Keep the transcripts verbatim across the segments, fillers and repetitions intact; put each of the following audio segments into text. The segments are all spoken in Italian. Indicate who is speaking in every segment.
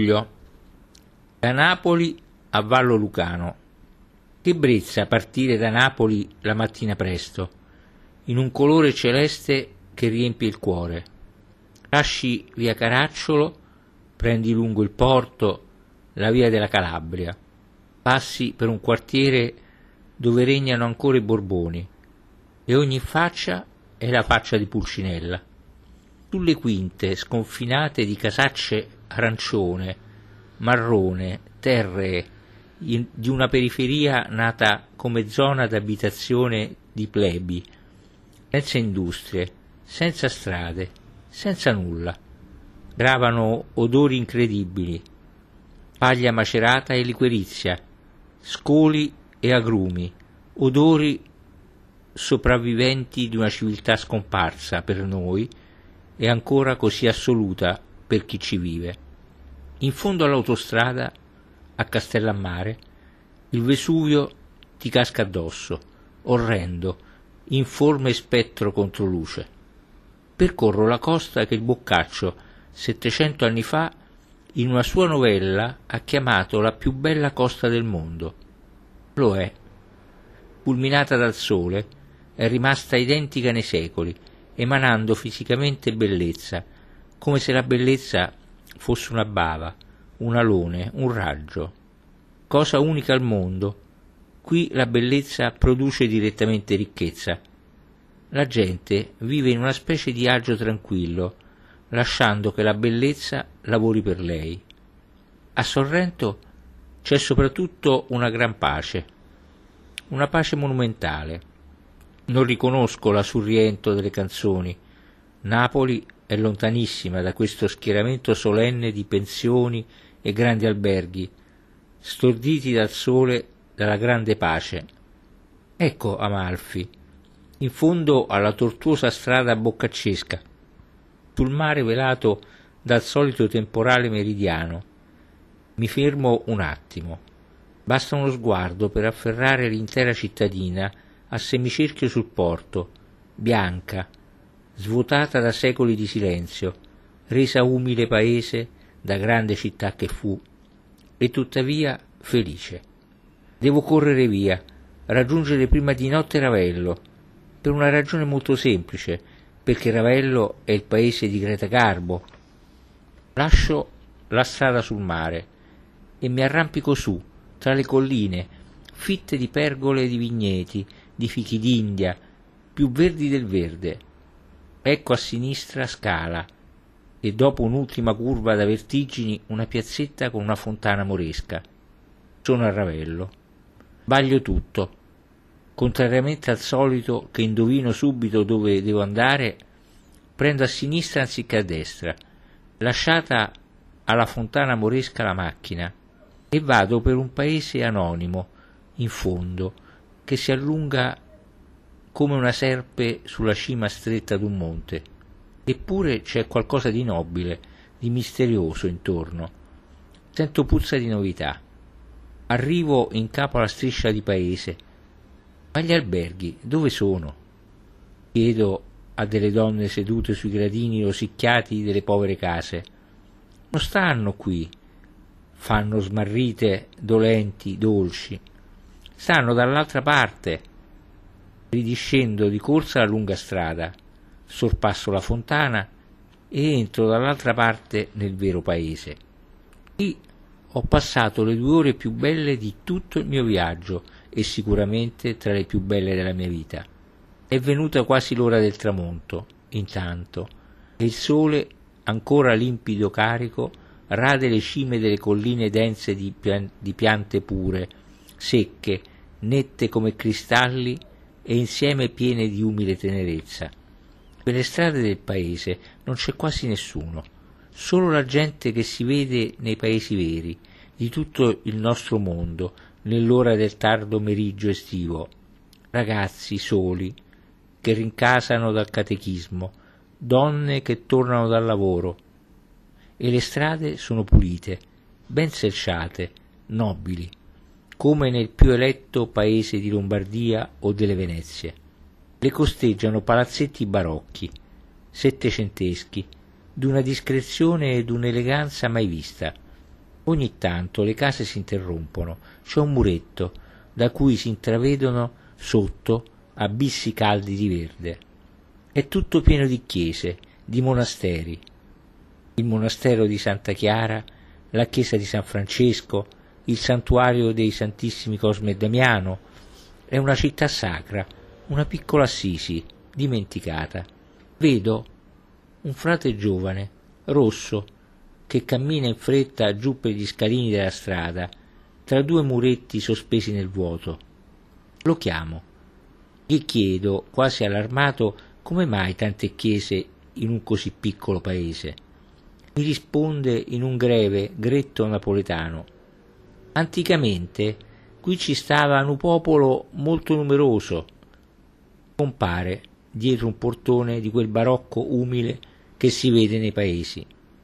Speaker 1: luglio. Da Napoli a Vallo Lucano. Che brezza partire da Napoli la mattina presto, in un colore celeste che riempie il cuore. Lasci via Caracciolo, prendi lungo il porto, la via della Calabria, passi per un quartiere dove regnano ancora i Borboni e ogni faccia è la faccia di Pulcinella. Sulle quinte sconfinate di casacce arancione, marrone, terree, di una periferia nata come zona d'abitazione di plebi, senza industrie, senza strade, senza nulla. Gravano odori incredibili, paglia macerata e liquirizia, scoli e agrumi, odori sopravviventi di una civiltà scomparsa per noi e ancora così assoluta per chi ci vive. In fondo all'autostrada, a Castellammare, il Vesuvio ti casca addosso, orrendo, informe spettro contro luce. Percorro la costa che il Boccaccio, settecento anni fa, in una sua novella ha chiamato la più bella costa del mondo. Lo è. Fulminata dal sole, è rimasta identica nei secoli, emanando fisicamente bellezza, come se la bellezza fosse una bava, un alone, un raggio. Cosa unica al mondo, qui la bellezza produce direttamente ricchezza. La gente vive in una specie di agio tranquillo, lasciando che la bellezza lavori per lei. A Sorrento c'è soprattutto una gran pace, una pace monumentale. Non riconosco la surriento delle canzoni. Napoli è lontanissima da questo schieramento solenne di pensioni e grandi alberghi, storditi dal sole dalla grande pace. Ecco Amalfi, in fondo alla tortuosa strada boccaccesca, sul mare velato dal solito temporale meridiano. Mi fermo un attimo. Basta uno sguardo per afferrare l'intera cittadina a semicerchio sul porto, bianca, svuotata da secoli di silenzio, resa umile paese da grande città che fu, e tuttavia felice. Devo correre via, raggiungere prima di notte Ravello, per una ragione molto semplice, perché Ravello è il paese di Greta Garbo. Lascio la strada sul mare e mi arrampico su, tra le colline, fitte di pergole e di vigneti, di fichi d'India, più verdi del verde. Ecco a sinistra Scala, e dopo un'ultima curva da vertigini una piazzetta con una fontana moresca. Sono a Ravello. Sbaglio tutto. Contrariamente al solito, che indovino subito dove devo andare, prendo a sinistra anziché a destra, lasciata alla fontana moresca la macchina, e vado per un paese anonimo, in fondo, che si allunga come una serpe sulla cima stretta d'un monte. Eppure c'è qualcosa di nobile, di misterioso intorno. Sento puzza di novità. Arrivo in capo alla striscia di paese. Ma gli alberghi dove sono? Chiedo a delle donne sedute sui gradini rosicchiati delle povere case. Non stanno qui. Fanno smarrite, dolenti, dolci. Stanno dall'altra parte. Ridiscendo di corsa la lunga strada. Sorpasso la fontana e entro dall'altra parte nel vero paese. Qui ho passato le due ore più belle di tutto il mio viaggio e sicuramente tra le più belle della mia vita. È venuta quasi l'ora del tramonto, intanto, e il sole, ancora limpido carico, rade le cime delle colline dense di, pian- di piante pure, secche, nette come cristalli e insieme piene di umile tenerezza. Per le strade del paese non c'è quasi nessuno, solo la gente che si vede nei paesi veri, di tutto il nostro mondo, nell'ora del tardo meriggio estivo. Ragazzi soli, che rincasano dal catechismo, donne che tornano dal lavoro, e le strade sono pulite, ben selciate, nobili, come nel più eletto paese di Lombardia o delle Venezie. Le costeggiano palazzetti barocchi, settecenteschi, d'una discrezione e d'un'eleganza mai vista. Ogni tanto le case si interrompono, c'è un muretto da cui si intravedono sotto abissi caldi di verde. È tutto pieno di chiese, di monasteri. Il monastero di Santa Chiara, la chiesa di San Francesco, il santuario dei Santissimi Cosme e Damiano. È una città sacra, una piccola Assisi, dimenticata. Vedo un frate giovane, rosso, che cammina in fretta giù per gli scalini della strada, tra due muretti sospesi nel vuoto. Lo chiamo. Gli chiedo, quasi allarmato, come mai tante chiese in un così piccolo paese. Mi risponde in un greve gretto napoletano: anticamente qui ci stava un popolo molto numeroso. Compare dietro un portone di quel barocco umile che si vede nei paesi.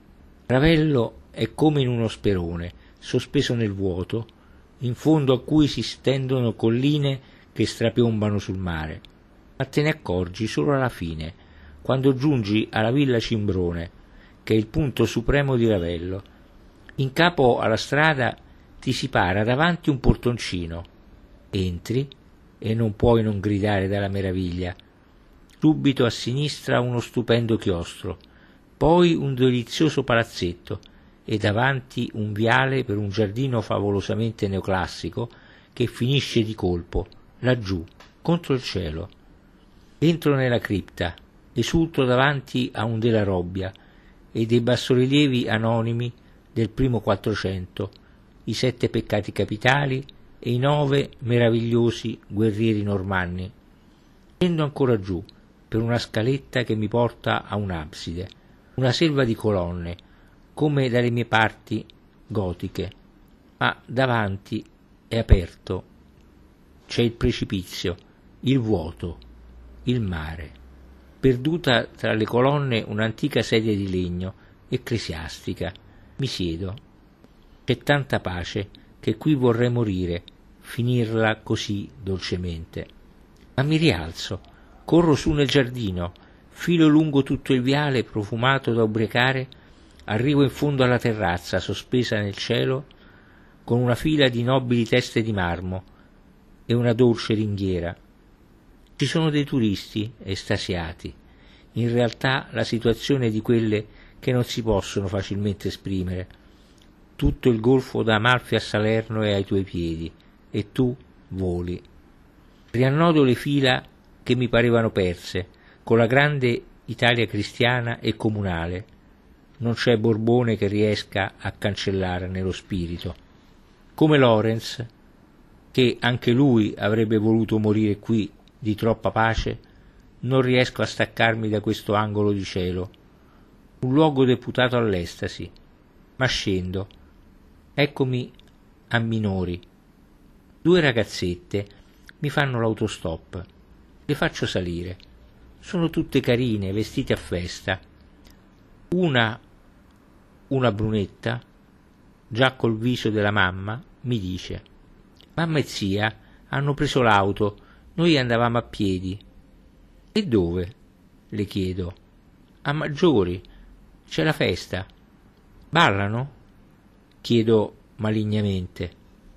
Speaker 1: Ravello è come in uno sperone, sospeso nel vuoto, in fondo a cui si stendono colline che strapiombano sul mare, ma te ne accorgi solo alla fine, quando giungi alla villa Cimbrone, che è il punto supremo di Ravello. In capo alla strada ti si para davanti un portoncino. Entri e non puoi non gridare dalla meraviglia. Subito a sinistra uno stupendo chiostro, poi un delizioso palazzetto e davanti un viale per un giardino favolosamente neoclassico che finisce di colpo, laggiù, contro il cielo. Entro nella cripta, esulto davanti a un della Robbia e dei bassorilievi anonimi del primo Quattrocento, i sette peccati capitali e i nove meravigliosi guerrieri normanni. Scendo ancora giù per una scaletta che mi porta a un'abside, una selva di colonne, come dalle mie parti gotiche, ma davanti è aperto. C'è il precipizio, il vuoto, il mare. Perduta tra le colonne un'antica sedia di legno ecclesiastica. Mi siedo. C'è tanta pace che qui vorrei morire, finirla così dolcemente. Ma mi rialzo, corro su nel giardino, filo lungo tutto il viale profumato da ubriacare, arrivo in fondo alla terrazza sospesa nel cielo con una fila di nobili teste di marmo e una dolce ringhiera. Ci sono dei turisti estasiati. In realtà la situazione è di quelle che non si possono facilmente esprimere. Tutto il golfo da Amalfi a Salerno è ai tuoi piedi e tu voli. Riannodo le fila che mi parevano perse con la grande Italia cristiana e comunale. Non c'è Borbone che riesca a cancellare nello spirito. Come Lorenz, che anche lui avrebbe voluto morire qui di troppa pace, non riesco a staccarmi da questo angolo di cielo, un luogo deputato all'estasi, ma scendo. Eccomi a Minori. Due ragazzette mi fanno l'autostop. Le faccio salire. Sono tutte carine, vestite a festa. Una, una brunetta, già col viso della mamma, mi dice: mamma e zia hanno preso l'auto, noi andavamo a piedi. E dove? Le chiedo. A Maggiori, c'è la festa. Ballano? Chiedo malignamente.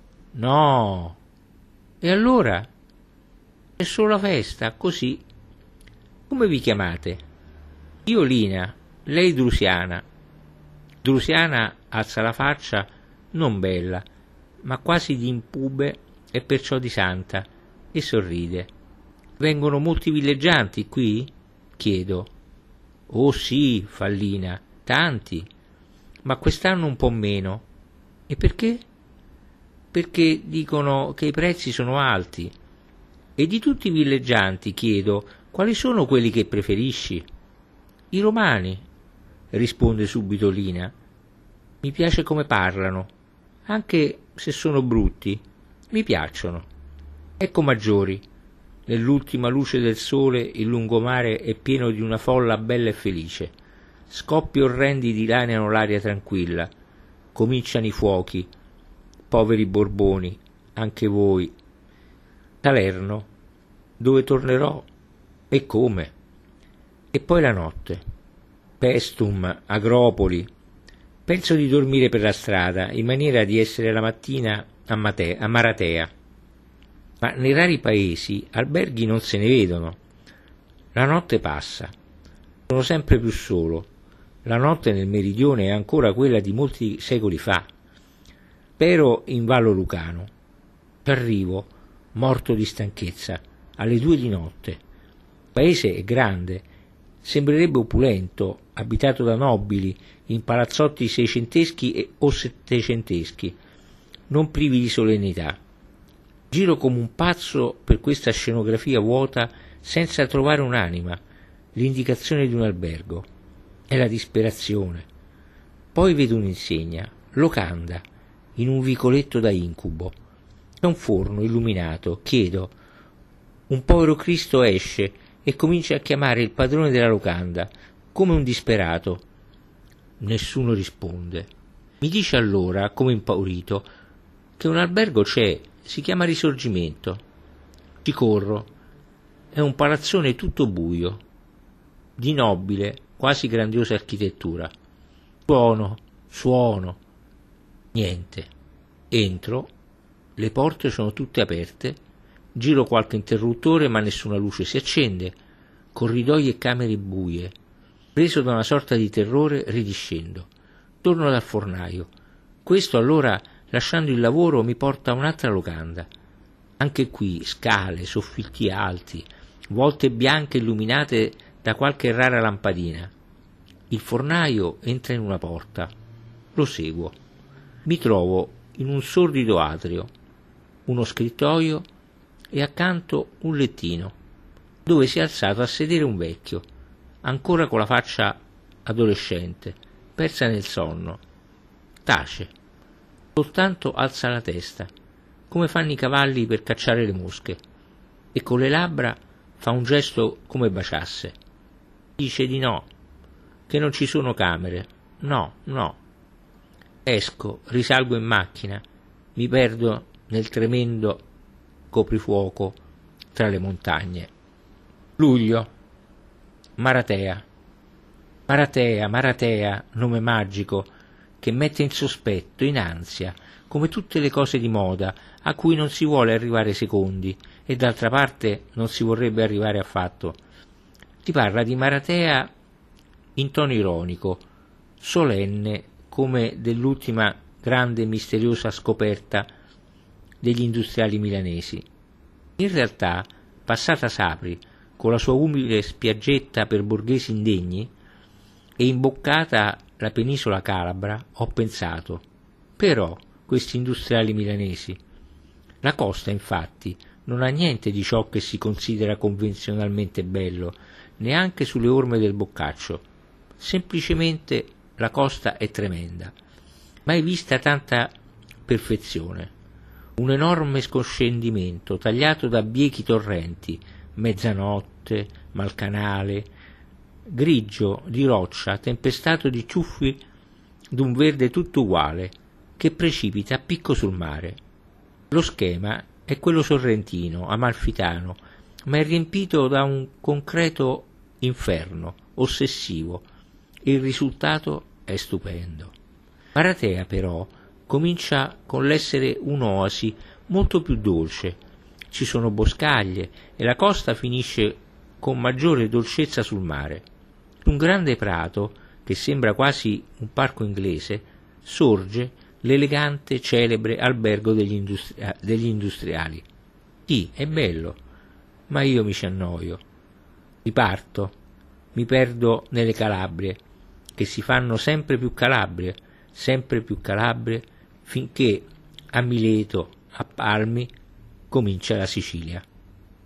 Speaker 1: No. E allora? È solo la festa, così. Come vi chiamate? Io Lina, lei Drusiana. Drusiana alza la faccia, non bella, ma quasi di impube e perciò di santa, e sorride. Vengono molti villeggianti qui? Chiedo. Oh sì, fa Lina, tanti, ma quest'anno un po' meno. E perché? Perché dicono che i prezzi sono alti. E di tutti i villeggianti, chiedo, quali sono quelli che preferisci? I romani, risponde subito Lina. Mi piace come parlano, anche se sono brutti, mi piacciono. Ecco Maggiori. Nell'ultima luce del sole il lungomare è pieno di una folla bella e felice. Scoppi orrendi dilaniano l'aria tranquilla. Cominciano i fuochi. Poveri Borboni, anche voi. Salerno, dove tornerò e come. E poi la notte. Pestum, Agropoli. Penso di dormire per la strada, in maniera di essere la mattina a, Mate- a Maratea. Ma nei rari paesi alberghi non se ne vedono. La notte passa. Sono sempre più solo. La notte nel meridione è ancora quella di molti secoli fa. Spero in Vallo Lucano. Ci arrivo, morto di stanchezza, alle due di notte. Il paese è grande, sembrerebbe opulento, abitato da nobili, in palazzotti seicenteschi e o settecenteschi, non privi di solennità. Giro come un pazzo per questa scenografia vuota senza trovare un'anima, l'indicazione di un albergo. È la disperazione. Poi vedo un'insegna, locanda, in un vicoletto da incubo. C'è un forno illuminato, chiedo. Un povero Cristo esce e comincia a chiamare il padrone della locanda, come un disperato. Nessuno risponde. Mi dice allora, come impaurito, che un albergo c'è, si chiama Risorgimento. Ci corro. È un palazzone tutto buio, di nobile, quasi grandiosa architettura. Suono, suono. Niente. Entro, le porte sono tutte aperte, giro qualche interruttore ma nessuna luce si accende, corridoi e camere buie. Preso da una sorta di terrore ridiscendo. Torno dal fornaio. Questo allora, lasciando il lavoro, mi porta a un'altra locanda. Anche qui scale, soffitti alti, volte bianche illuminate da qualche rara lampadina. Il fornaio entra in una porta. Lo seguo. Mi trovo in un sordido atrio, uno scrittoio e accanto un lettino, dove si è alzato a sedere un vecchio, ancora con la faccia adolescente, persa nel sonno. Tace, soltanto alza la testa, come fanno i cavalli per cacciare le mosche, e con le labbra fa un gesto come baciasse. Dice di no, che non ci sono camere. No, no. Esco, risalgo in macchina, mi perdo nel tremendo coprifuoco tra le montagne. Luglio. Maratea. Maratea, Maratea, nome magico, che mette in sospetto, in ansia, come tutte le cose di moda, a cui non si vuole arrivare secondi, e d'altra parte non si vorrebbe arrivare affatto. Si parla di Maratea in tono ironico, solenne, come dell'ultima grande e misteriosa scoperta degli industriali milanesi. In realtà, passata Sapri, con la sua umile spiaggetta per borghesi indegni, e imboccata la penisola calabra, ho pensato, però, questi industriali milanesi. La costa, infatti, non ha niente di ciò che si considera convenzionalmente bello, neanche sulle orme del Boccaccio. Semplicemente la costa è tremenda. Mai vista tanta perfezione. Un enorme scoscendimento tagliato da biechi torrenti, mezzanotte, malcanale, grigio di roccia tempestato di ciuffi d'un verde tutto uguale che precipita a picco sul mare. Lo schema è quello sorrentino, amalfitano, ma è riempito da un concreto inferno, ossessivo, e il risultato è stupendo. Maratea però comincia con l'essere un'oasi molto più dolce. Ci sono boscaglie e la costa finisce con maggiore dolcezza sul mare. Su un grande prato, che sembra quasi un parco inglese, sorge l'elegante, celebre albergo degli, industri- degli industriali. Sì, è bello, ma io mi ci annoio. Riparto, mi perdo nelle Calabrie, che si fanno sempre più Calabrie, sempre più Calabrie, finché a Mileto, a Palmi, comincia la Sicilia.